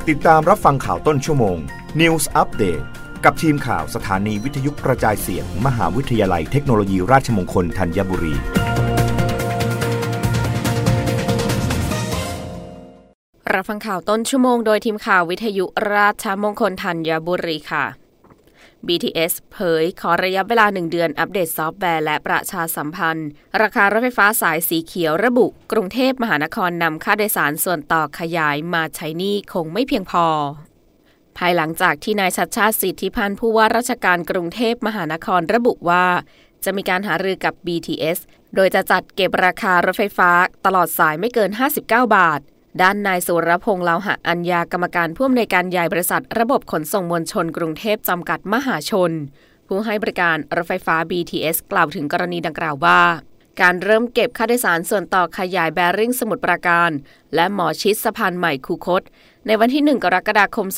ติดตามรับฟังข่าวต้นชั่วโมง News Update กับทีมข่าวสถานีวิทยุกระจายเสียง มหาวิทยาลัยเทคโนโลยีราชมงคลธัญบุรีรับฟังข่าวต้นชั่วโมงโดยทีมข่าววิทยุราชมงคลธัญบุรีค่ะ BTS เผยขอระยะเวลา1 เดือนอัปเดตซอฟต์แวร์และประชาสัมพันธ์ราคารถไฟฟ้าสายสีเขียวระบุกรุงเทพมหานครนำค่าโดยสารส่วนต่อขยายมาใช้หนี้คงไม่เพียงพอภายหลังจากที่นายชัชชาติสิทธิพันธ์ผู้ว่าราชการกรุงเทพมหานครระบุว่าจะมีการหารือกับ BTS โดยจะจัดเก็บราคารถไฟฟ้าตลอดสายไม่เกิน59 บาทด้านนายสุรพงษ์เลาหะอัญญากรรมการผู้อำนวยการใหญ่บริษัทระบบขนส่งมวลชนกรุงเทพจำกัดมหาชนผู้ให้บริการรถไฟฟ้า BTS กล่าวถึงกรณีดังกล่าวว่าการเริ่มเก็บค่าโดยสารส่วนต่อขยายแบริ่งสมุทรปราการและหมอชิดสะพานใหม่คูคตในวันที่1 กรกฎาคม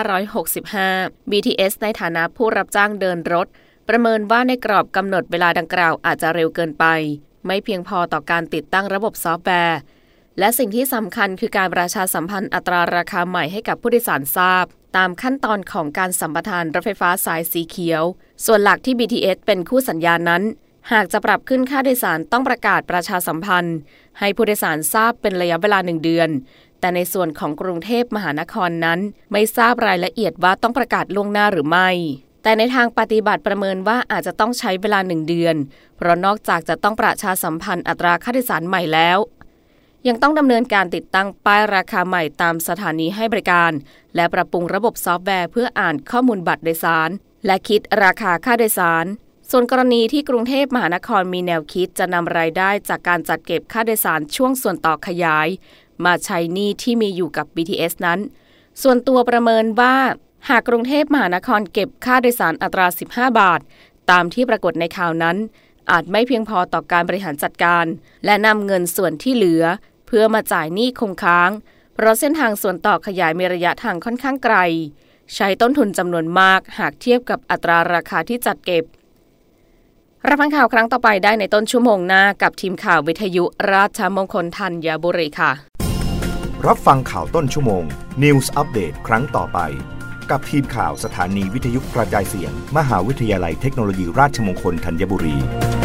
2565 BTS ในฐานะผู้รับจ้างเดินรถประเมินว่าในกรอบกำหนดเวลาดังกล่าวอาจจะเร็วเกินไปไม่เพียงพอต่อการติดตั้งระบบซอฟต์แวร์และสิ่งที่สำคัญคือการประชาสัมพันธ์อัตราราคาใหม่ให้กับผู้โดยสารทราบตามขั้นตอนของการสัมปทานรถไฟฟ้าสายสีเขียวส่วนหลักที่ BTS เป็นคู่สัญญานั้นหากจะปรับขึ้นค่าโดยสารต้องประกาศประชาสัมพันธ์ให้ผู้โดยสารทราบเป็นระยะเวลา1 เดือนแต่ในส่วนของกรุงเทพมหานครนั้นไม่ทราบรายละเอียดว่าต้องประกาศล่วงหน้าหรือไม่แต่ในทางปฏิบัติประเมินว่าอาจจะต้องใช้เวลา1 เดือนเพราะนอกจากจะต้องประชาสัมพันธ์อัตราค่าโดยสารใหม่แล้วยังต้องดำเนินการติดตั้งป้ายราคาใหม่ตามสถานีให้บริการและปรับปรุงระบบซอฟต์แวร์เพื่ออ่านข้อมูลบัตรโดยสารและคิดราคาค่าโดยสารส่วนกรณีที่กรุงเทพมหานครมีแนวคิดจะนำรายได้จากการจัดเก็บค่าโดยสารช่วงส่วนต่อขยายมาใช้หนี้ที่มีอยู่กับ BTS นั้นส่วนตัวประเมินว่าหากกรุงเทพมหานครเก็บค่าโดยสารอัตรา15 บาทตามที่ปรากฏในข่าวนั้นอาจไม่เพียงพอต่อการบริหารจัดการและนำเงินส่วนที่เหลือเพื่อมาจ่ายหนี้คงค้างเพราะเส้นทางส่วนต่อขยายมีระยะทางค่อนข้างไกลใช้ต้นทุนจำนวนมากหากเทียบกับอัตราราคาที่จัดเก็บรับฟังข่าวครั้งต่อไปได้ในต้นชั่วโมงหน้ากับทีมข่าววิทยุราชมงคลธัญบุรีค่ะรับฟังข่าวต้นชั่วโมง News Update ครั้งต่อไปกับทีมข่าวสถานีวิทยุกระจายเสียง มหาวิทยาลัยเทคโนโลยีราชมงคลธัญบุรี